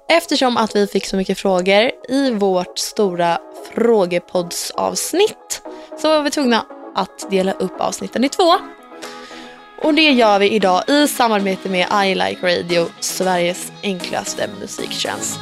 eftersom att vi fick så mycket frågor i vårt stora frågepoddsavsnitt så var vi tvungna att dela upp avsnitten i 2. Och det gör vi idag i samarbete med I Like Radio, Sveriges enklaste musiktjänst.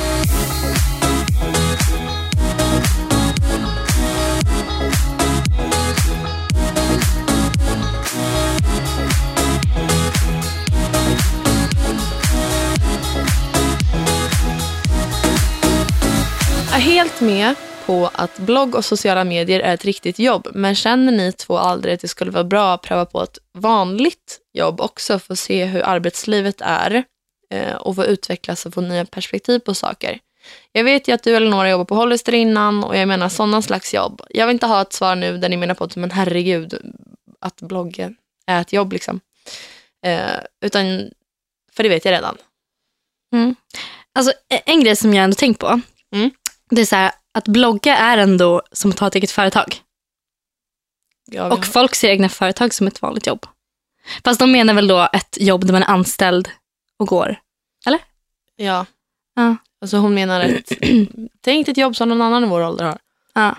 Jag är helt med på att blogg och sociala medier är ett riktigt jobb, men känner ni två aldrig att det skulle vara bra att pröva på ett vanligt jobb också för att se hur arbetslivet är och få utvecklas och få nya perspektiv på saker? Jag vet ju att du eller några jobbar på Hollister innan och jag menar sådana slags jobb. Jag vill inte ha ett svar nu där ni menar på att men herregud att bloggen är ett jobb liksom. Utan, för det vet jag redan. Alltså en grej som jag ändå tänkt på det är så här, att blogga är ändå som att ha ett eget företag. Ja, och folk ser egna företag som ett vanligt jobb. Fast de menar väl då ett jobb där man är anställd och går. Eller? Ja. Alltså hon menar ett tänk ett jobb som någon annan i vår ålder har. Ja.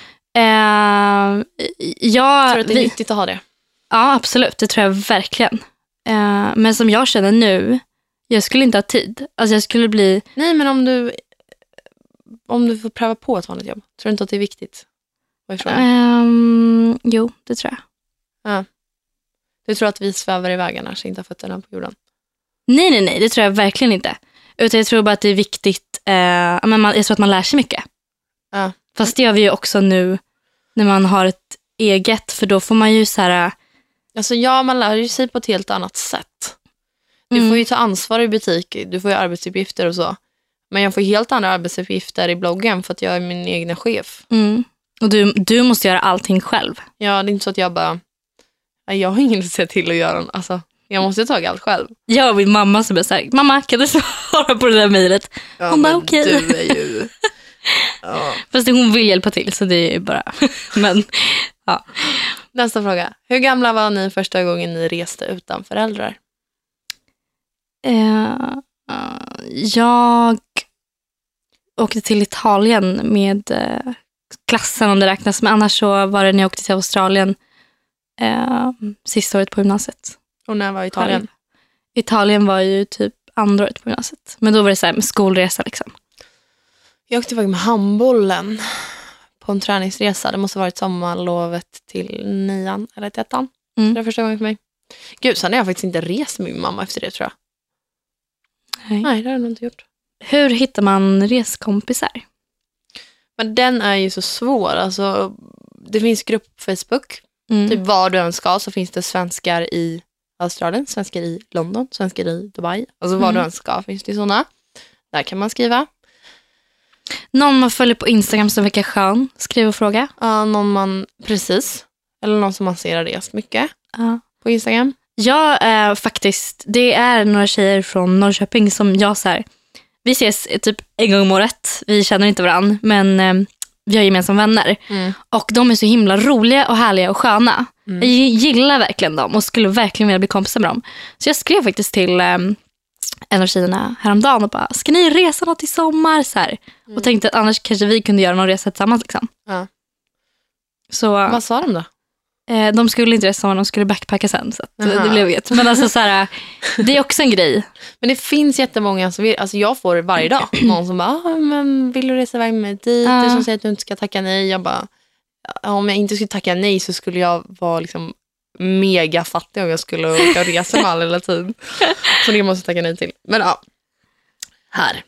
Jag tror att det är viktigt att ha det. Ja, absolut. Det tror jag verkligen. Men som jag känner nu, jag skulle inte ha tid. Alltså jag skulle bli... Nej, men om du får pröva på ett vanligt jobb, tror du inte att det är viktigt? Jo, det tror jag. Ja. Du tror att vi svävar i vägarna så inte har fötterna på jorden? Nej, det tror jag verkligen inte. Utan jag tror bara att det är viktigt. Jag tror att man lär sig mycket. Ja. Fast det gör vi ju också nu när man har ett eget. För då får man ju så här... Alltså ja, man lär ju sig på ett helt annat sätt. Du får ju ta ansvar i butik. Du får ju arbetsuppgifter och så. Men jag får helt andra arbetsuppgifter i bloggen för att jag är min egna chef. Och du måste göra allting själv. Ja, det är inte så att jag bara... Jag har ingen att säga till att göra. Alltså, jag måste ta allt själv. Jag och min mamma som är så här, mamma, kan du svara på det där mejlet? Ja, hon bara, okej. Du är ju... Ja. Fast hon vill hjälpa till, så det är bara... Men, ja. Nästa fråga. Hur gamla var ni första gången ni reste utan föräldrar? Jag åkte till Italien med klassen om det räknas. Men annars så var det när jag åkte till Australien sista året på gymnasiet. Och när var Italien? Italien var ju typ andra året på gymnasiet. Men då var det så här med skolresa liksom. Jag åkte iväg med handbollen på en träningsresa. Det måste ha varit sommarlovet till 9 eller 1. Det var första gången för mig. Gud, sen har jag faktiskt inte rest med min mamma efter det, tror jag. Nej, det har jag nog inte gjort. Hur hittar man reskompisar? Men den är ju så svår. Alltså, det finns grupp på Facebook. Typ var du än ska så finns det svenskar i Australien, svenskar i London, svenskar i Dubai. Alltså var du än ska finns det sådana. Där kan man skriva. Någon man följer på Instagram som verkar skön. Skriv och fråga. Ja, någon man, precis. Eller någon som man ser har rest mycket på Instagram. Ja, faktiskt. Det är några tjejer från Norrköping som jag så här, vi ses typ en gång om året. Vi känner inte varann, men vi har gemensamma vänner. Och de är så himla roliga och härliga och sköna. Jag gillar verkligen dem och skulle verkligen vilja bli kompisar med dem. Så jag skrev faktiskt till en av tjejerna häromdagen och bara, ska ni resa något i sommar? Så här. Och tänkte att annars kanske vi kunde göra någon resa tillsammans liksom. Ja. Så, vad sa de då? De skulle inte resa, de skulle backpacka sen. Så att det blev vet. Men alltså så här, det är också en grej. Men det finns jättemånga som vill, alltså jag får varje dag någon som bara, men vill du resa iväg med dit? Du som säger att du inte ska tacka nej. Jag bara, om jag inte skulle tacka nej så skulle jag vara liksom mega fattig om jag skulle åka och resa med alla hela tiden. Så det måste jag tacka nej till. Men ja, här.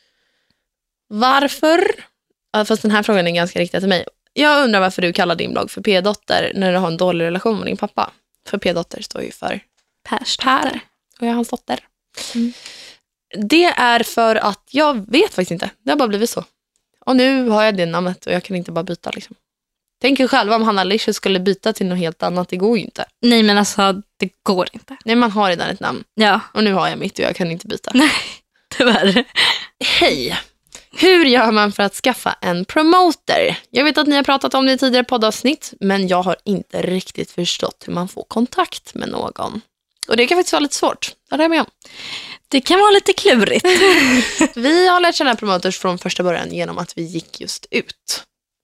Varför? Fast den här frågan är ganska riktad till mig. Jag undrar varför du kallar din blogg för P-dotter när du har en dålig relation med din pappa. För P-dotter står ju för Per. Och jag är hans dotter. Det är för att jag vet faktiskt inte. Det har bara blivit så. Och nu har jag det namnet och jag kan inte bara byta liksom. Tänk er själva om Hanna Lish skulle byta till något helt annat. Det går ju inte. Nej, men alltså det går inte. Nej, man har redan ett namn. Ja. Och nu har jag mitt och jag kan inte byta. Nej, tyvärr. Hej! Hur gör man för att skaffa en promoter? Jag vet att ni har pratat om det i tidigare poddavsnitt, men jag har inte riktigt förstått hur man får kontakt med någon. Och det kan faktiskt vara lite svårt. Ja, det är med om. Det kan vara lite klurigt. Vi har lärt känna promoters från första början genom att vi gick just ut.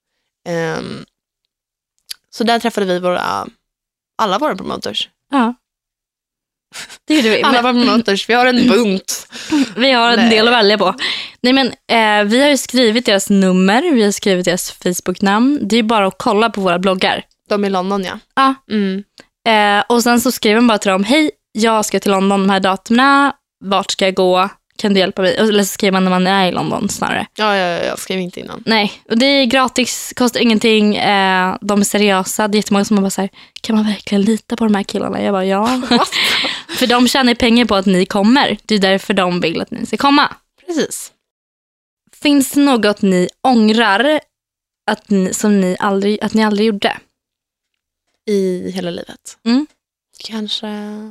Så där träffade vi alla våra promoters. Ja. Det gjorde vi. Alla våra promoters. Vi har en bunt. Vi har en del att välja på. Nej, men vi har ju skrivit deras nummer. Vi har skrivit deras Facebook-namn. Det är bara att kolla på våra bloggar. De är i London, ja. Ja. Och sen så skriver man bara till dem: hej, jag ska till London de här datumerna. Vart ska jag gå? Kan du hjälpa mig? Eller så skriver man när man är i London snarare. Ja, jag skrev inte innan. Nej, och det är gratis, kostar ingenting. De är seriösa. Det är jättemånga som bara så här: kan man verkligen lita på de här killarna? Jag bara, ja. För de tjänar pengar på att ni kommer. Det är därför de vill att ni ska komma. Precis. Finns det något ni ångrar att ni aldrig gjorde? I hela livet. Mm. Kanske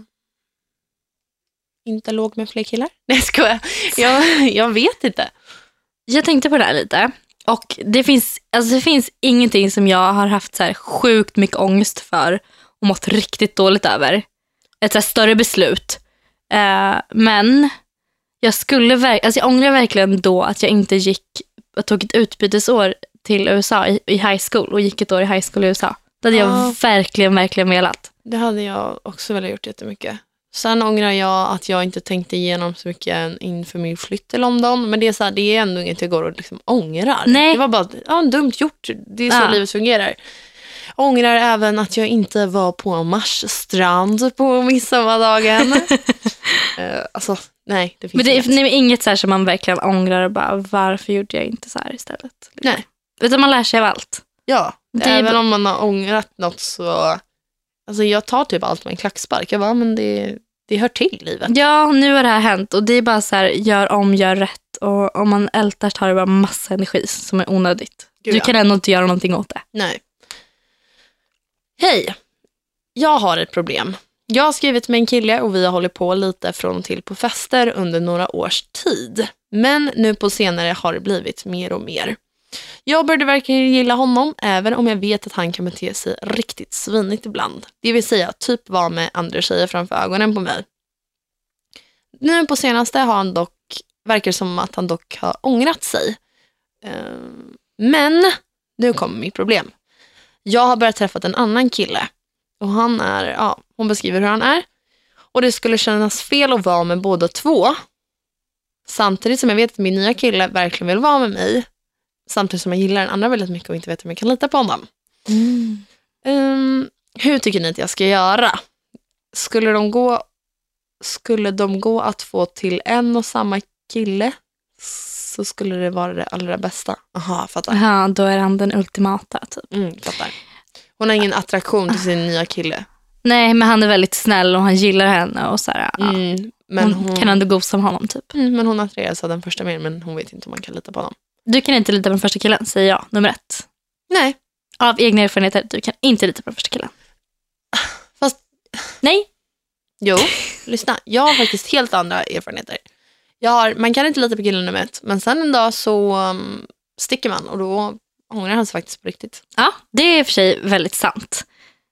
inte låg med fler killar. Nej, skojar. Jag vet inte. Jag tänkte på det här lite. Och det finns ingenting som jag har haft så här sjukt mycket ångest för och mått riktigt dåligt över. Ett så här större beslut. Men jag ångrar verkligen då att jag inte tog ett utbytesår till USA i high school och gick ett år i high school i USA. Det hade jag verkligen velat. Det hade jag också velat gjort jättemycket. Sen ångrar jag att jag inte tänkte igenom så mycket inför min flytt till London. Men det är så här, det är ändå inget jag går och liksom ångrar. Nej. Det var bara dumt gjort. Det är så livet fungerar. Ångrar även att jag inte var på Marsstrand på midsommardagen. Alltså, nej. Det finns men det är inget så här som man verkligen ångrar och bara, varför gjorde jag inte så här istället? Nej. Utan man lär sig av allt. Ja, även om man har ångrat något så... Alltså jag tar typ allt med en klackspark. Jag bara, men det hör till livet. Ja, nu har det här hänt. Och det är bara så här, gör rätt. Och om man ältar tar det bara massa energi som är onödigt. Gud, du kan ändå inte göra någonting åt det. Nej. Hej, jag har ett problem. Jag har skrivit med en kille och vi har hållit på lite från och till på fester under några års tid. Men nu på senare har det blivit mer och mer. Jag började verkligen gilla honom, även om jag vet att han kan bete sig riktigt svinigt ibland. Det vill säga typ vara med andra tjejer framför ögonen på mig. Nu på senaste verkar det som att han dock har ångrat sig. Men nu kommer mitt problem. Jag har börjat träffa en annan kille. Och hon beskriver hur han är. Och det skulle kännas fel att vara med båda två. Samtidigt som jag vet att min nya kille verkligen vill vara med mig. Samtidigt som jag gillar den andra väldigt mycket och inte vet om jag kan lita på honom. Hur tycker ni att jag ska göra? Skulle de gå att få till en och samma kille, så skulle det vara det allra bästa. Aha, fattar. Ja, då är han den ultimata typ. Fattar. Hon har ingen attraktion till sin nya kille. Nej, men han är väldigt snäll och han gillar henne och så här, men hon kan ändå gosa med honom typ. Men hon attraheras av den första mer, men hon vet inte om man kan lita på honom. Du kan inte lita på den första killen, säger jag, nummer 1. Nej. Av egna erfarenheter, du kan inte lita på den första killen. Fast... Nej. Jo, lyssna. Jag har faktiskt helt andra erfarenheter. Man kan inte lita på killen nummer 1, men sen en dag så sticker man och då ångrar han sig faktiskt på riktigt. Ja, det är i och för sig väldigt sant.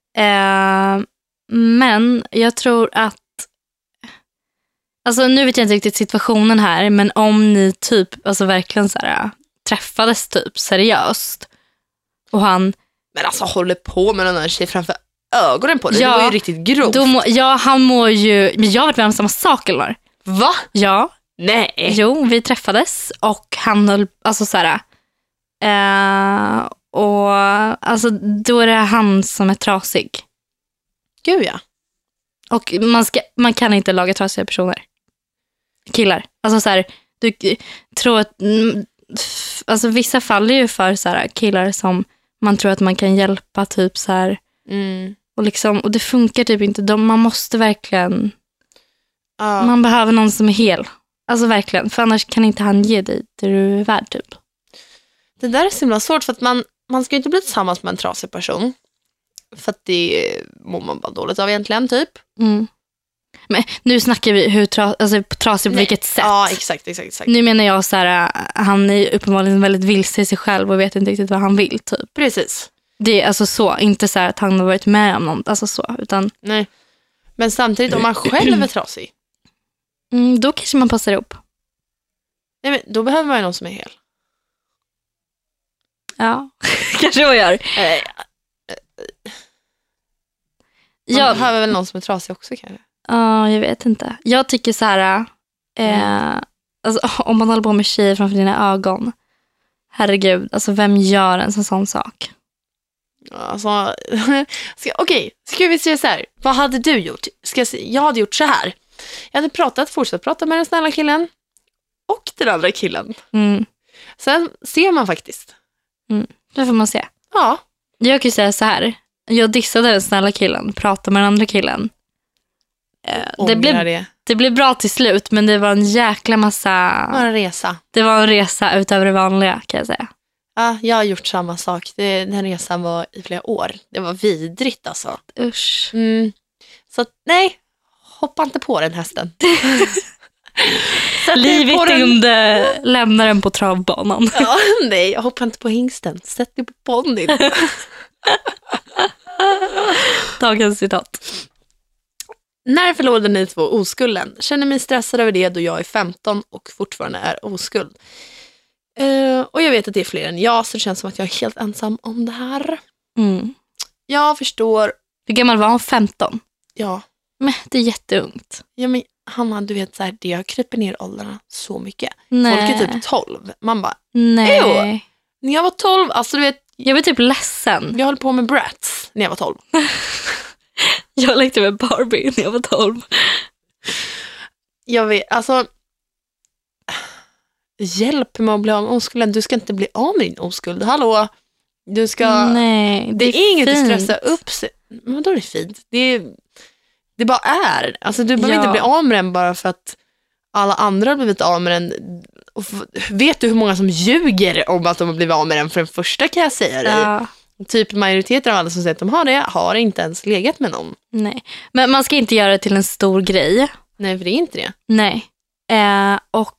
Men jag tror att alltså nu vet jag inte riktigt situationen här, men om ni typ alltså verkligen så här träffades typ seriöst och han men alltså håller på med den här tjej framför ögonen på dig. Det var ju riktigt grovt. Han mår ju, men jag har varit med om samma sak eller? Va? Ja. Nej. Jo, vi träffades och han höll alltså så här och alltså då är det han som är trasig. Gud ja. Och man kan inte laga trasiga personer. Killar. Alltså så här, du tror att alltså vissa faller ju för så här killar som man tror att man kan hjälpa typ så här. Och liksom, och det funkar typ inte. Man måste verkligen man behöver någon som är hel. Alltså verkligen, för annars kan inte han ge dig det du är värd typ. Det där är så himla svårt för att man ska ju inte bli tillsammans med en trasig person. För att det mår man bara dåligt av egentligen typ. Men nu snackar vi hur trasig på vilket sätt. Ja, exakt. Nu menar jag så här, han är uppenbarligen väldigt vilse i sig själv och vet inte riktigt vad han vill typ. Precis. Det är alltså så, inte så här att han har varit med om något, alltså så, utan nej. Men samtidigt om man själv är trasig. Då kanske man passar ihop. Nej, men då behöver man ju någon som är hel. Ja, kanske jag gör. Man behöver väl någon som är trasig också kanske. Ja, jag vet inte. Jag tycker så här, alltså, om man håller på med tjejer framför dina ögon. Herregud, alltså vem gör en sån sak? Alltså, okej, ska vi se så här. Vad hade du gjort? Jag hade gjort så här. Jag hade fortsatt prata med den snälla killen. Och den andra killen. Sen ser man faktiskt. Det får man se. Ja. Jag kan ju säga så här. Jag dissade den snälla killen. Pratade med den andra killen. Det blev bra till slut. Men det var en jäkla massa... Det var en resa. Det var en resa utöver det vanliga, kan jag säga. Ja, jag har gjort samma sak. Den resan var i flera år. Det var vidrigt alltså. Usch. Så nej, hoppa inte på den hästen. Livet under lämnar den på travbanan. Ja, nej, hoppa inte på hingsten. Sätt dig på ponnyn. Dagens citat. När förlorade ni två oskulden? Känner mig stressad över det då jag är 15 och fortfarande är oskuld. Och jag vet att det är fler än jag, så det känns som att jag är helt ensam om det här. Jag förstår. Hur gammal var hon? 15? Ja. Men det är jätteungt. Ja, men Hanna, du vet så här, det har kryper ner åldrarna så mycket. Nej. Folk är typ 12. Man bara, nej. När jag var 12, alltså du vet. Jag var typ ledsen. Jag höll på med Bratz när jag var 12. Jag lekte med Barbie när jag var 12. Jag vet, alltså. Hjälp mig att bli av med oskulden. Du ska inte bli av med din oskuld. Hallå. Du ska... Nej, det är inget att stressa upp sig. Men då är det fint. Det bara är. Alltså du behöver inte bli av med den bara för att alla andra har blivit av med den. Och vet du hur många som ljuger om att de har blivit av med den för den första, kan jag säga dig. Ja. Typ majoriteten av alla som säger att de har det har inte ens legat med någon. Nej, men man ska inte göra det till en stor grej. Nej, för det är inte det. Nej. Och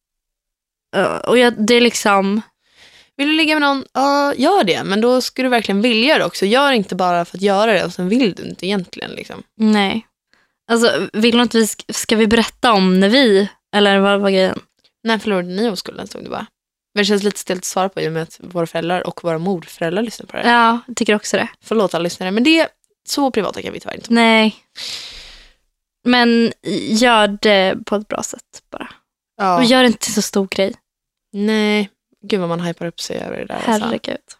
det är liksom... Vill du ligga med någon? Ja, gör det. Men då ska du verkligen vilja det också. Gör inte bara för att göra det och sen vill du inte egentligen. Liksom. Nej. Alltså, vill du inte ska vi berätta om när vi... Eller vad var grejen? När förlorade ni oskulden, stod det bara. Men det känns lite stelt att svara på i och med att våra föräldrar och våra morföräldrar lyssnar på det. Ja, jag tycker också det. Förlåt alla lyssnare, men det är så privata kan vi tyvärr inte. Nej. Men gör det på ett bra sätt bara. Ja. Och gör det inte till så stor grej. Nej, gud vad man hypar upp sig över det där. Herregud. Alltså.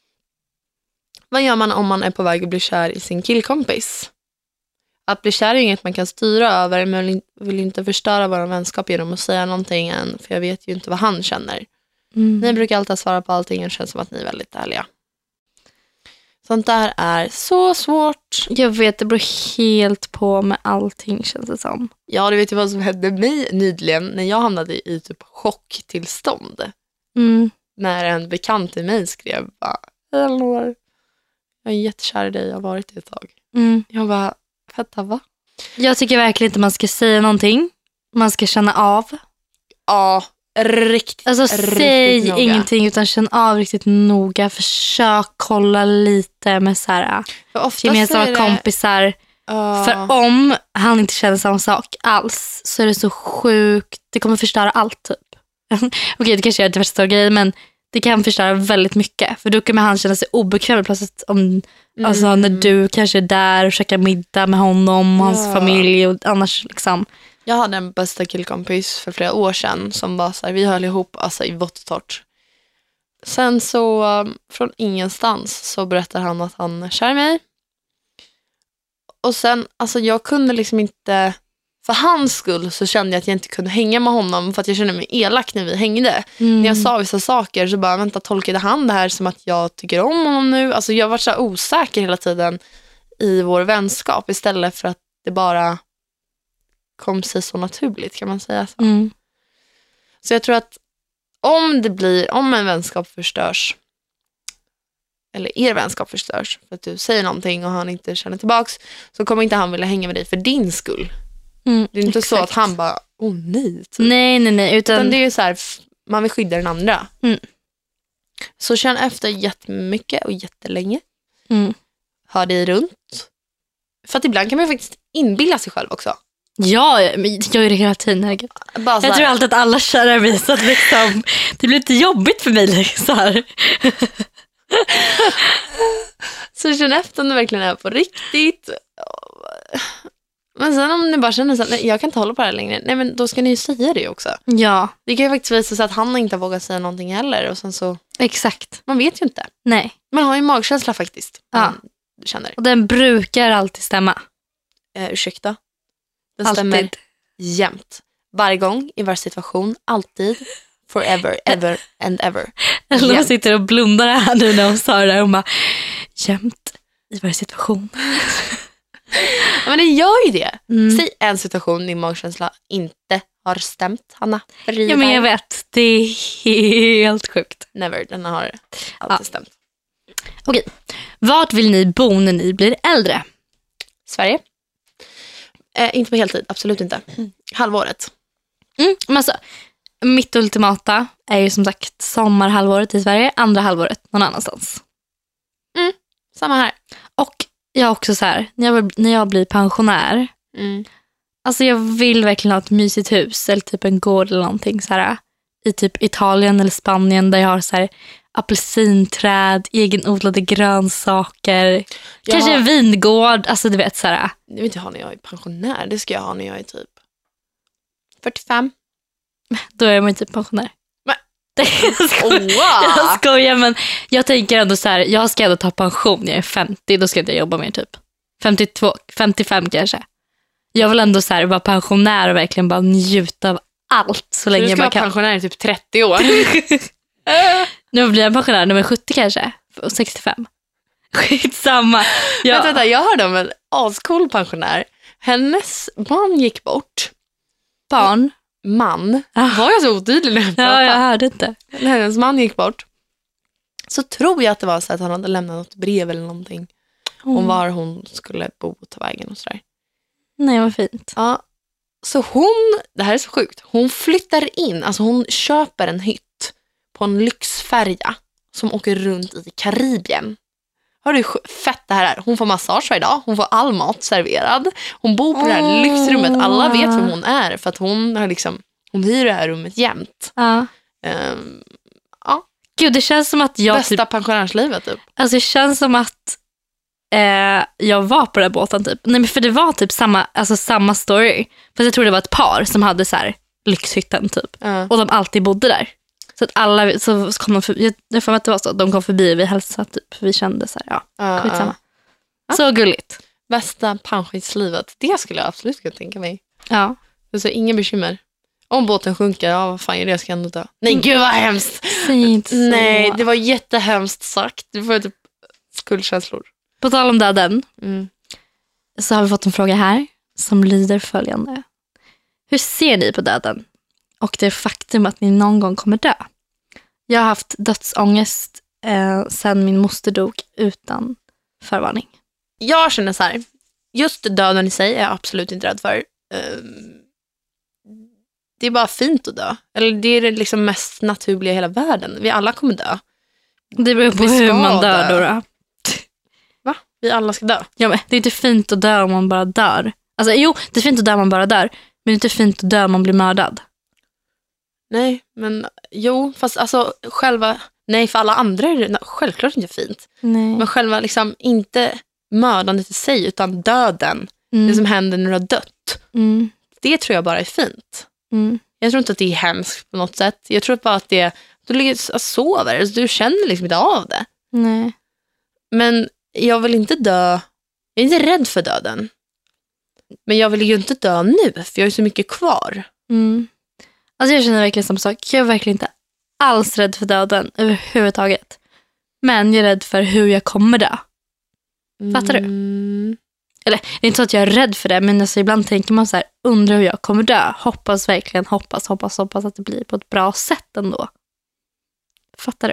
Vad gör man om man är på väg att bli kär i sin killkompis? Att bli kär är inget man kan styra över, men vill inte förstöra vår vänskap genom att säga någonting än, för jag vet ju inte vad han känner. Ni brukar alltid svara på allting och känns som att ni är väldigt ärliga. Sånt där är så svårt. Jag vet, det beror helt på med allting, känns det som. Ja, du vet ju vad som hände mig nyligen när jag hamnade i typ chocktillstånd. När en bekant till mig skrev bara, Elinor, jag är jättekär i dig, jag har varit det ett tag. Jag bara, vänta, va? Jag tycker verkligen inte man ska säga någonting. Man ska känna av. Ja, riktigt. Alltså säg noga. ingenting utan känn av riktigt noga. Försök kolla lite med så här gemensamma kompisar. För om han inte känner samma sak alls så är det så sjukt. Det kommer förstöra allt typ. Okej, det kanske är det värsta grejen, men det kan förstöra väldigt mycket. För då kommer han känna sig obekväm plötsligt om, alltså, när du kanske är där och käkar middag med honom och hans familj och annars liksom. Jag hade en bästa killkompis för flera år sedan som var så här, vi höll ihop alltså, i vått och torrt. Sen så från ingenstans så berättar han att han är kär i mig. Och sen, alltså jag kunde liksom inte, för hans skull så kände jag att jag inte kunde hänga med honom för att jag kände mig elak när vi hängde. När jag sa vissa saker så bara, vänta, tolkade han det här som att jag tycker om honom nu? Alltså jag var så här osäker hela tiden i vår vänskap istället för att det bara kom sig så naturligt, kan man säga så. Så jag tror att om en vänskap förstörs eller er vänskap förstörs för att du säger någonting och han inte känner tillbaks, så kommer inte han vilja hänga med dig för din skull. Det är inte så att han bara, nej. Typ. Nej. Utan det är ju så här, man vill skydda den andra. Så känn efter jättemycket och jättelänge. Hör dig runt. För att ibland kan man ju faktiskt inbilla sig själv också. Ja, men jag gör det hela tiden. Herregud. Bara så Jag här, tror alltid att alla kära visat liksom, det blir lite jobbigt för mig. Liksom, så här. så känn efter om det verkligen är på riktigt. Men sen om ni bara känner så här, nej, jag kan inte hålla på det här längre. Nej, men då ska ni ju säga det också. Ja, Det kan ju faktiskt visa sig att han inte har vågat säga någonting heller. Och sen så, exakt. man vet ju inte. Nej. Man har ju magkänsla faktiskt. Ja. Du känner. Och den brukar alltid stämma. Ursäkta. Den stämmer Alltid. jämt. Varje gång, i varje situation, alltid, forever, ever and ever. Eller de Jämt. sitter och blundar här nu när hon sa det där och bara, jämt i varje situation. Ja, men det gör ju det. Mm. Säg en situation din magkänsla inte har stämt, Hanna. Ja, men jag vet. Det är helt sjukt. Never, den har alltid stämt. Okej. Vart vill ni bo när ni blir äldre? Sverige? Inte på heltid, absolut inte. Halvåret. Men alltså, mitt ultimata är ju som sagt sommarhalvåret i Sverige, andra halvåret någon annanstans. Samma här. Och jag också så här, när jag blir pensionär, alltså jag vill verkligen ha ett mysigt hus eller typ en gård eller någonting så här, i typ Italien eller Spanien där jag har så här apelsinträd, egenodlade grönsaker, kanske en vingård, alltså du vet så här. Det vill inte ha när jag är pensionär. Det ska jag ha när jag är typ 45. Då är man ju typ pensionär. Men- Jag Wow. skojar, men jag tänker ändå så här, jag ska ändå ta pension när jag är 50, då ska inte jag jobba mer typ. 52, 55 kanske. Jag vill ändå så här vara pensionär och verkligen bara njuta av allt så länge Du jag ska bara vara kan. pensionär i typ 30 år. Nu blir jag pensionär nummer 70 kanske, och 65. Skitsamma. Ja. Vänta, jag hörde om en ascool pensionär. Hennes man gick bort. Barn. Man? Var jag så otydlig när jag Ja, pratade? jag hörde inte. När hennes man gick bort så tror jag att det var så att han hade lämnat något brev eller någonting om var hon skulle bo och ta vägen och sådär. Nej, vad fint. Ja, så hon, det här är så sjukt, hon flyttar in, alltså hon köper en hytt på en lyxfärja som åker runt i Karibien. Hör du hur fett det här är? Hon får massage varje dag, hon får all mat serverad. Hon bor på det här lyxrummet, alla vet vem hon är för att hon har liksom, hon hyr det här rummet jämt. Ja. Gud, det känns som att jag Bästa pensionärslivet typ. Alltså det känns som att jag var på den båten typ. Nej, men för det var typ samma story. Fast jag tror det var ett par som hade så här lyxhytten typ. Och de alltid bodde där. Så att alla, så kom de förbi, jag får att det var så. De kom förbi och vi hälsade typ. För vi kände så här, skitsamma. Så gulligt. Bästa pensionslivet, det skulle jag absolut kunna tänka mig. Ja. Alltså inga bekymmer. Om båten sjunker, ja vad fan är det, jag ska ändå dö. Nej gud vad hemskt. Säg inte så. Nej, det var jättehemskt sagt. Du får typ skuldkänslor. På tal om döden. Så har vi fått en fråga här. Som lyder följande. Hur ser ni på döden? Och det faktum att ni någon gång kommer dö. Jag har haft dödsångest sedan min moster dog utan förvarning. Jag känner så här, just döden i sig är jag absolut inte rädd för. Det är bara fint att dö. Eller det är det liksom mest naturliga i hela världen. Vi alla kommer dö. Det beror på Vi ska hur man dör dö. då. Va? Vi alla ska dö. Ja, men det är inte fint att dö om man bara dör. Alltså jo, det är fint att dö om man bara dör. Men det är inte fint att dö om man blir mördad. Nej, men jo, fast alltså själva, nej för alla andra är det självklart inte fint. Nej. Men själva liksom inte mördandet i sig utan döden. Det som händer när du har dött. Det tror jag bara är fint. Jag tror inte att det är hemskt på något sätt. Jag tror bara att det, du ligger och sover. Alltså, du känner liksom inte av det. Nej. Men jag vill inte dö. Jag är inte rädd för döden. Men jag vill ju inte dö nu. För jag har så mycket kvar. Alltså jag känner verkligen samma sak. Jag är verkligen inte alls rädd för döden överhuvudtaget. Men jag är rädd för hur jag kommer dö. Fattar du? Eller det är inte så att jag är rädd för det. Men alltså, ibland tänker man så här, undrar hur jag kommer dö. Hoppas verkligen, hoppas att det blir på ett bra sätt ändå. Fattar du?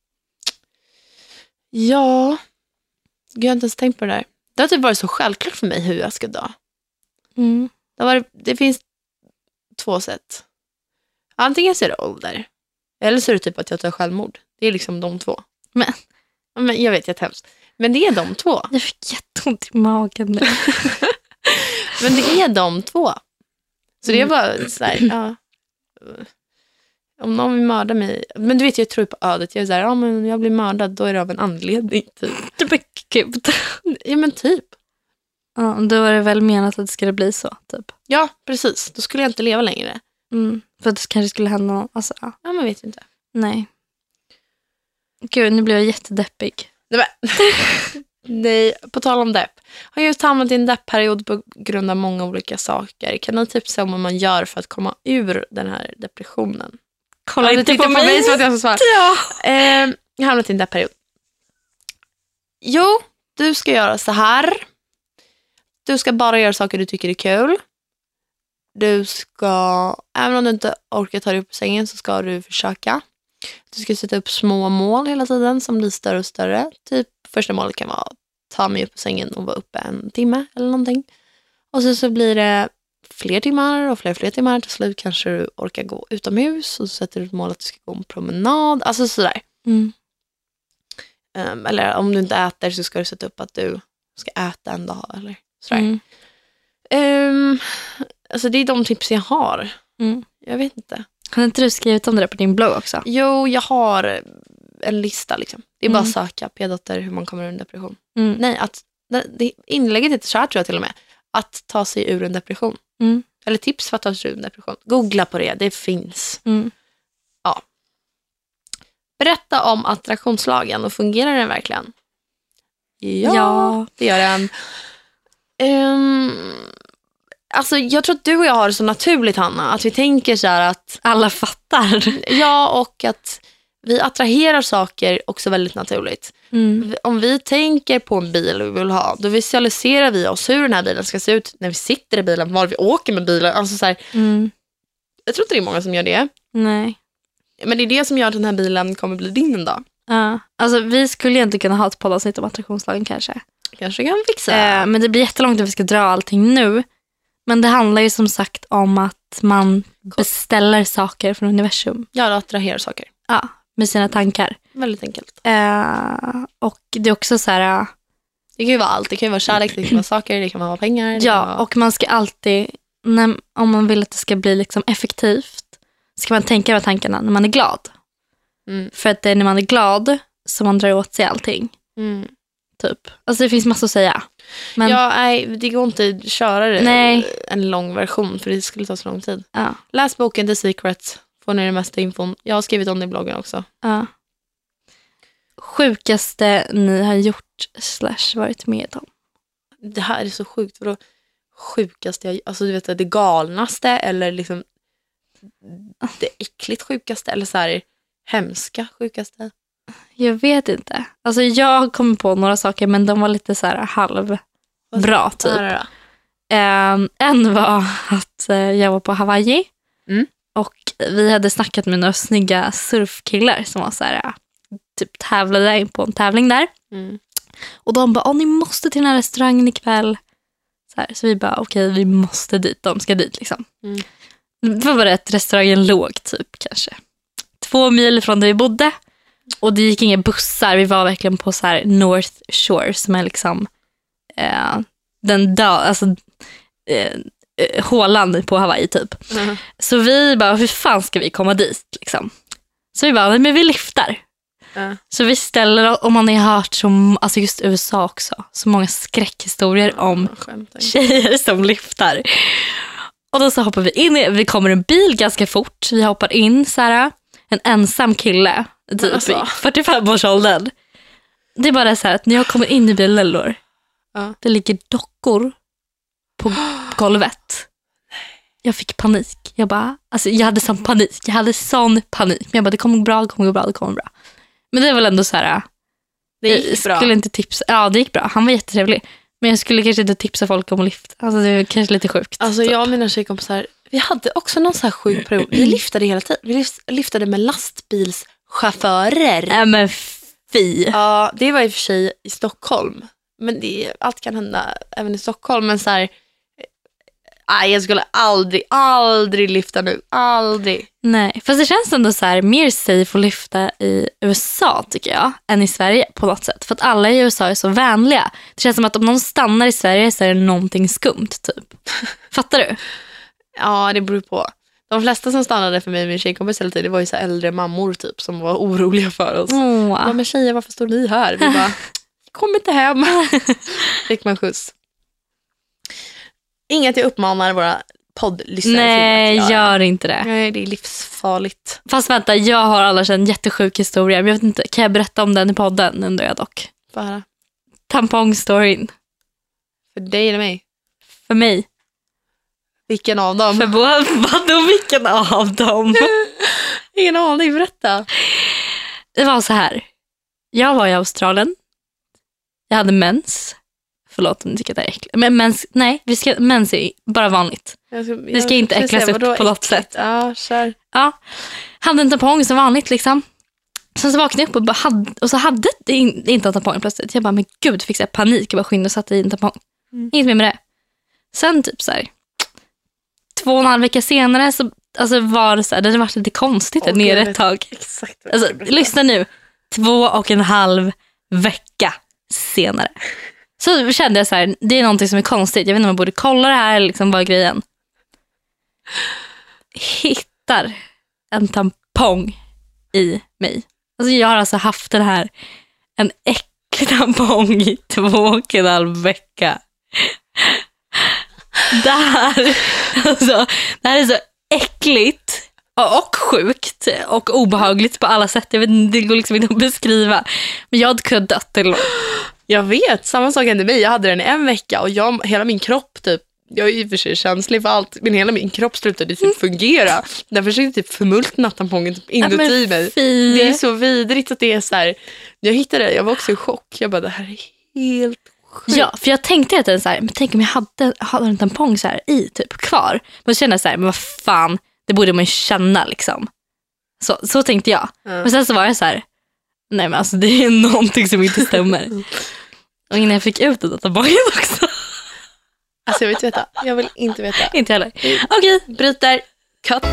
Ja. Jag har inte ens tänkt på det där. Det har typ varit så självklart för mig hur jag ska dö. Det finns 2 sätt. Antingen så är det ålder. Eller så är det typ att jag tar självmord. Det är liksom de 2. Men jag vet, jag är hemskt. Men det är de 2. Jag fick jätteont i magen nu. Men det är de två. Så det är bara så här, ja. Om någon vill mörda mig. Men du vet, jag tror på ödet. Jag är så här, ja men jag blir mördad, då är det av en anledning typ. Det blir gud. Ja men typ. Ja, då var det väl menat att det skulle bli så, typ. Ja, precis. Då skulle jag inte leva längre. För att det kanske skulle hända någon, alltså, ja. Ja, man vet ju inte. Nej. Gud, nu blev jag jättedeppig. Nej, på tal om depp. Har jag just hamnat i en deppperiod på grund av många olika saker. Kan ni tipsa om vad man gör för att komma ur den här depressionen? Kolla inte på mig så att jag ska svara. Ja. Jag har hamnat i en deppperiod. Jo, du ska göra så här. Du ska bara göra saker du tycker är kul. Du ska, även om du inte orkar ta dig upp i sängen, så ska du försöka. Du ska sätta upp små mål hela tiden som blir större och större. Typ första målet kan vara ta mig upp på sängen och vara uppe 1 timme eller någonting. Och så blir det fler timmar och fler timmar. Till slut kanske du orkar gå utomhus och så sätter du ett mål att du ska gå en promenad. Alltså sådär. Eller om du inte äter så ska du sätta upp att du ska äta en dag eller sådär. Alltså det är de tips jag har. Jag vet inte. Har inte du skrivit om det där på din blogg också? Jo, jag har en lista liksom. Det är bara att söka p-dotter hur man kommer ur en depression. Nej, inlägget heter så här, tror jag till och med. Att ta sig ur en depression. Eller tips för att ta sig ur en depression. Googla på det, det finns. Ja. Berätta om attraktionslagen och fungerar den verkligen? Ja. Det gör den. Alltså jag tror att du och jag har det så naturligt, Hanna, att vi tänker så här att alla fattar. Ja, och att vi attraherar saker också väldigt naturligt. Om vi tänker på en bil vi vill ha, då visualiserar vi oss hur den här bilen ska se ut när vi sitter i bilen, var vi åker med bilen. Alltså så här, jag tror inte det är många som gör det. Nej. Men det är det som gör att den här bilen kommer bli din en dag. Ja, alltså vi skulle ju inte kunna ha ett poddavsnitt om attraktionslagen kanske. Kanske kan fixa. Men det blir jättelångt om vi ska dra allting nu. Men det handlar ju som sagt om att man beställer saker från universum. Ja, det attraherar saker. Ja, med sina tankar. Väldigt enkelt. Och det är också så här... Det kan ju vara allt. Det kan ju vara kärlek, det kan vara saker, det kan vara pengar. Ja, och man ska alltid... om man vill att det ska bli liksom effektivt, ska man tänka med tankarna när man är glad. För att det är när man är glad som man drar åt sig allting. Typ. Alltså det finns massor att säga. Men... Ja, nej, det går inte att köra det en lång version för det skulle ta så lång tid. Ja. Läs boken The Secret, får ni det mesta infon. Jag har skrivit om det i bloggen också. Ja. Sjukaste ni har gjort / varit med om? Det här är så sjukt. För då sjukaste, alltså du vet det galnaste eller liksom det äckligt sjukaste eller så här hemska sjukaste. Jag vet inte. Alltså jag kom på några saker men de var lite så här halvbra typ. En var att jag var på Hawaii och vi hade snackat med några snygga surfkillar som var så här typ tävlade på en tävling där. Och de bara, ni måste till den här restaurangen ikväll. Så vi bara, okej, vi måste dit. De ska dit liksom. Det var bara att restaurangen låg typ kanske 2 mil från där vi bodde. Och det gick inga bussar. Vi var verkligen på så här North Shore som är liksom hålan på Hawaii typ. Så vi bara, hur fan ska vi komma dit liksom? Så vi bara, men vi lyftar. Så vi ställer, om man har hört som, alltså just USA också, så många skräckhistorier om tjejer som lyftar. Och då så hoppar vi in, vi kommer en bil ganska fort. Vi hoppar in så här, en ensam kille typ i 45-årsåldern. Det är bara så här att när jag kommer in i bilen Lor, det ligger dockor på golvet. Jag fick panik. Jag bara, alltså jag hade sån panik. Men jag bara, det kommer gå bra. Men det är väl ändå så här. Det gick bra. Skulle inte tipsa. Ja, det gick bra. Han var jättetrevlig. Men jag skulle kanske inte tipsa folk om att lyfta. Alltså det är kanske lite sjukt. Alltså jag och mina tjejkompisar, vi hade också någon så här sjuk period. Vi lyftade hela tiden. Vi lyftade med lastbilschaufförer. Men fy. Ja, det var i och för sig i Stockholm. Men allt kan hända även i Stockholm. Men så här, jag skulle aldrig lyfta nu. Aldrig. Nej, fast det känns ändå så här mer safe att lyfta i USA tycker jag än i Sverige på något sätt. För att alla i USA är så vänliga. Det känns som att om någon stannar i Sverige så är det någonting skumt typ. Fattar du? Ja, det beror på. De flesta som stannade för mig och min tjejkompis hela tiden, det var ju så äldre mammor typ som var oroliga för oss. Men tjejer, varför står ni här? Vi bara, kom inte hem. Fick man skjuts. Inget jag uppmanar våra poddlyssnare Nej, till att gör inte det. Nej, det är livsfarligt. Fast vänta, jag har annars en jättesjuk historia. Men jag vet inte, kan jag berätta om den i podden undrar jag dock. Vad är det? Tampongstoryn. För dig eller mig? För mig. Vilken av dem? För vadå vilken av dem? Ingen aning, berätta. Det var så här. Jag var i Australien. Jag hade mens. Förlåt om ni tycker att det är äckligt. Men mens är bara vanligt. Vi ska inte äcklas upp på något sätt. Ja, kör. Ja. Hade en tampong som vanligt liksom. Sen så vaknade jag upp och så hade det inte en tampong plötsligt. Jag bara, men gud, fick jag panik. Jag bara skynde och satte i en tampong. Inget mer med det. Sen typ så här 2,5 veckor senare så alltså var det så här, det hade varit lite konstigt där nere ett tag. Exakt. Alltså, lyssna nu. 2,5 vecka senare. Så kände jag så här, det är någonting som är konstigt. Jag vet inte om jag borde kolla det här eller liksom, vad är grejen. Hittar en tampong i mig. Alltså jag har alltså haft den här, en äcklig tampong i 2,5 vecka. Det här är så äckligt och sjukt och obehagligt på alla sätt. Jag vet inte, det går liksom inte att beskriva. Men jag hade kunnat dött eller något. Jag vet, samma sak hände mig. Jag hade den i 1 vecka och hela min kropp typ, jag är i och för sig känslig för allt, men hela min kropp slutade typ fungera. Därför försökte jag typ förmultna tampongen typ inuti mig. Det är så vidrigt att det är så här. Jag hittade det, jag var också i chock. Jag bara, det här är helt sjukt. Ja, för jag tänkte att så här, men tänk om jag hade en tampong så här i typ kvar. Men så kände jag så här, men vad fan, det borde man ju känna liksom. Så tänkte jag. Men sen så var jag så här, nej men alltså det är någonting som inte stämmer. Och innan jag fick ut den tampongen också. Alltså jag vill inte veta. Inte heller. Okej, bryter, cut.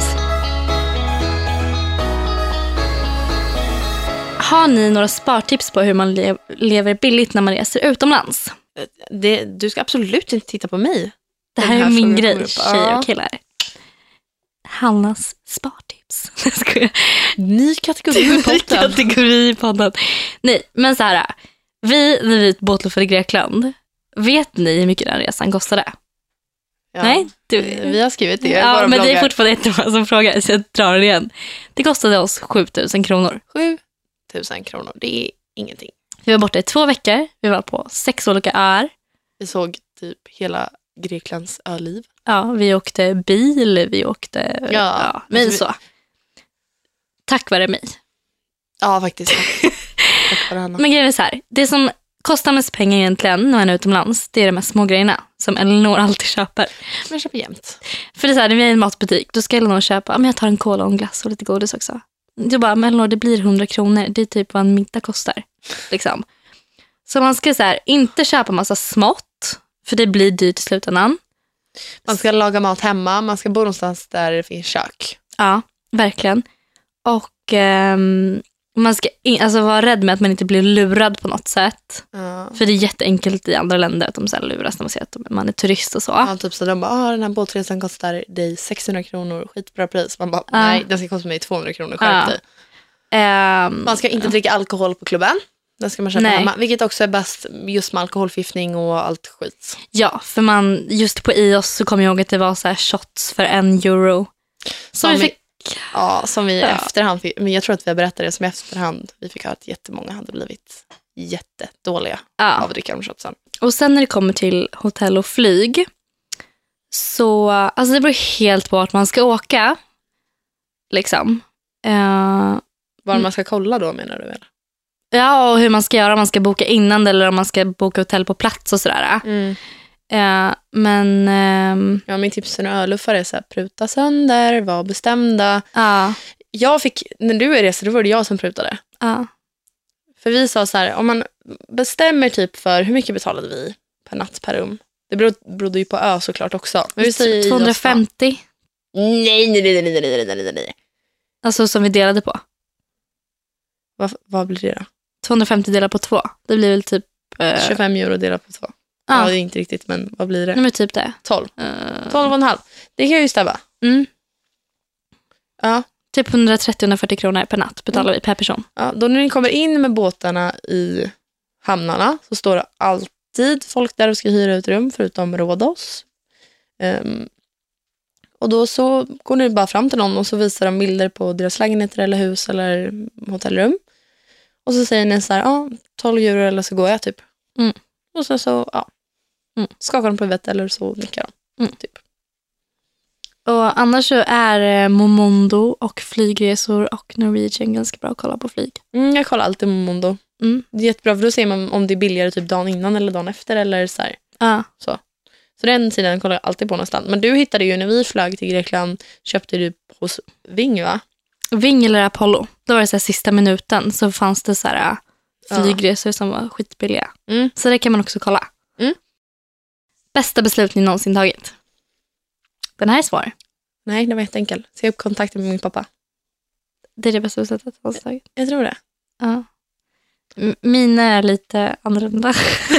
Har ni några spartips på hur man lever billigt när man reser utomlands? Du ska absolut inte titta på mig. Det här är min grej, tjejer och killar. Hannas spartips. Ny kategori i podden. Nej, men så här. När vi båtluffade i Grekland, vet ni hur mycket den resan kostade? Ja, nej? Vi har skrivit det. Ja, men det är fortfarande jättemånga som frågar, så jag drar det igen. Det kostade oss 7,000 kronor. 7,000 kronor, det är ingenting. Vi var borta i 2 veckor. Vi var på 6 olika öar. Vi såg typ hela Greklands öliv. Ja, vi åkte bil, vi åkte... Ja, men alltså så. Tack vare mig. Ja, faktiskt. Tack vare Hanna. Men grejen är så här, det som kostar mest pengar egentligen när man är utomlands, det är de här små grejerna som Elinor alltid köper. Men jag köper jämt. För det är så här, när vi är i en matbutik, då ska Elinor köpa, men jag tar en cola och en glass och lite godis också. Jag bara, men Elinor, det blir 100 kronor. Det är typ vad en middag kostar. Liksom. Så man ska så här, inte köpa massa smått, för det blir dyrt i slutändan. Man ska laga mat hemma, man ska bo någonstans där det finns kök. Ja, verkligen. Och man ska alltså vara rädd med att man inte blir lurad på något sätt. För det är jätteenkelt i andra länder att de så här luras när man ser att man är turist och så. Ja, typ så de bara, den här båtresan kostar dig 600 kronor, skitbra pris. Man bara, nej, den ska kosta mig 200 kronor, skärp dig. Man ska inte dricka alkohol på klubben. Den ska man köpa hemma, vilket också är bäst just med alkoholförgiftning och allt skit. Ja, för just på IOS så kommer jag ihåg att det var så här shots för €1. Som vi i efterhand fick, men jag tror att vi har berättat det som i efterhand. Vi fick höra att jättemånga hade blivit jättedåliga av att dricka de shotsen. Och sen när det kommer till hotell och flyg, så alltså det beror helt på vart man ska åka. Liksom. Var man ska kolla då, menar du väl? Ja, och hur man ska göra, om man ska boka innan eller om man ska boka hotell på plats och sådär. Min tips för en öluffare är så här, pruta sönder, var bestämda. Jag fick, när du är resa, då var det jag som prutade. För vi sa så här, om man bestämmer typ för, hur mycket betalade vi per natt per rum? Det berodde ju på ö såklart också. Men vi säger 250. Nej. Alltså som vi delade på. Vad blir det då? 250 delat på 2. Det blir väl typ... 25 euro delat på 2. Ja, det är inte riktigt, men vad blir det? Nej, men typ det. 12. 12,5. Det kan ju stämma. Ja. Typ 130-140 kronor per natt betalar vi per person. Ja, då när ni kommer in med båtarna i hamnarna så står det alltid folk där och ska hyra ut rum förutom Rhodos. Och då så går ni bara fram till någon och så visar de bilder på deras lägenheter eller hus eller hotellrum. Och så säger ni så här, 12 euro eller så går jag typ. Och sen så, skakar de på huvudet eller så nickar de. Typ. Och annars så är Momondo och flygresor och Norwegian ganska bra att kolla på flyg. Jag kollar alltid Momondo. Det är jättebra för då ser man om det är billigare typ dagen innan eller dagen efter eller så här. Så den sidan kollar jag alltid på någonstans. Men du hittade ju när vi flög till Grekland, köpte du hos Ving, va? Ving eller Apollo. Då var det så här, sista minuten så fanns det så här flygresor som var skitbilliga. Så det kan man också kolla. Bästa beslut ni någonsin tagit? Den här är svår. Nej, det var jätteenkel. Se upp kontakten med min pappa. Det är det bästa beslutet jag någonsin tagit. Jag tror det. Ja. Mina är lite annorlunda.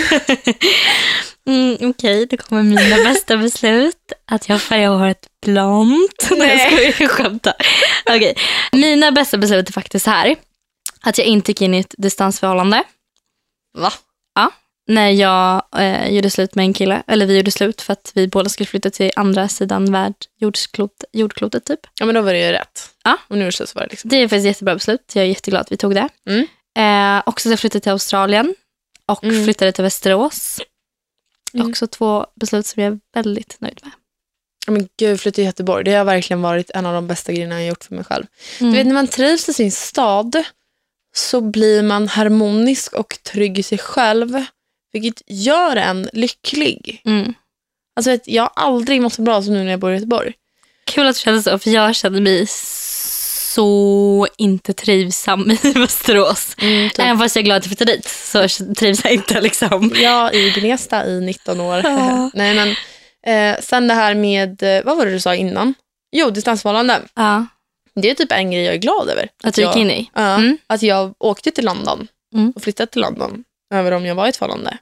Okej, det kommer mina bästa beslut. Att jag färgar håret blont. Nej, jag ska skämta. Okej. Mina bästa beslut är faktiskt här. Att jag inte gick in i ett distansförhållande. Va? Ja. När jag gjorde slut med en kille. Eller vi gjorde slut för att vi båda skulle flytta till andra sidan jordklotet typ. Ja, men då var det ju rätt. Ja. Och nu så var det liksom. Det är faktiskt ett jättebra beslut. Jag är jätteglad att vi tog det. Också så jag flyttade till Australien. Och flyttade till Västerås. Också 2 beslut som jag är väldigt nöjd med. Ja, men gud, flytta till Göteborg. Det har verkligen varit en av de bästa grejerna jag gjort för mig själv. Du vet, när man trivs i sin stad så blir man harmonisk och trygg i sig själv. Vilket gör en lycklig. Alltså jag har aldrig mått så bra som nu när jag bor i Göteborg. Kul att du känner så, för jag känner mig så inte trivsam i Västerås. Typ. Även fast jag är glad att jag flyttade dit så trivs jag inte liksom. Ja, i Gnesta i 19 år. Nej, men sen det här med, vad var det du sa innan? Jo, distansförhållande. Det är typ en grej jag är glad över. Att du gick in i? Att jag åkte till London och flyttade till London över om jag var i ett förhållande.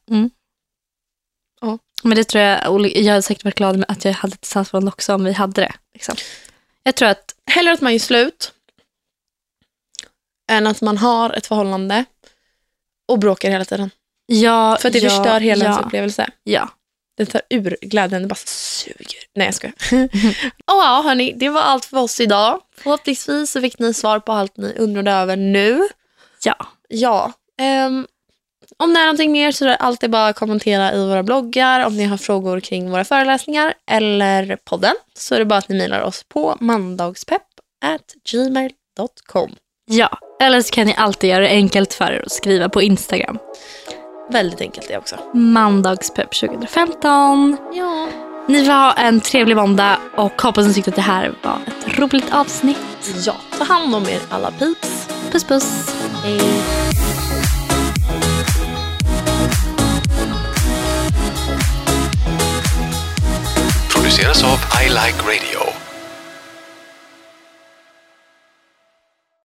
Men det tror jag hade säkert varit glad med att jag hade ett distansförhållande också om vi hade det. Liksom. Jag tror att hellre att man gör slut än att man har ett förhållande och bråkar hela tiden. Ja, för att det förstör hela ens upplevelse. Ja. Det tar ur glädjen, det bara suger. Nej, jag skojar. Ja, hörni, det var allt för oss idag. Förhoppningsvis så fick ni svar på allt ni undrade över nu. Ja. Om det är någonting mer så är det alltid bara att kommentera i våra bloggar. Om ni har frågor kring våra föreläsningar eller podden så är det bara att ni mejlar oss på mandagspepp@gmail.com. Ja, eller så kan ni alltid göra det enkelt för er att skriva på Instagram. Väldigt enkelt det också. Mandagspepp 2015. Ja. Ni får ha en trevlig måndag och hoppas ni tyckte att det här var ett roligt avsnitt. Ja, ta hand om er alla peeps. Puss puss. Hej. Produceras av I Like Radio.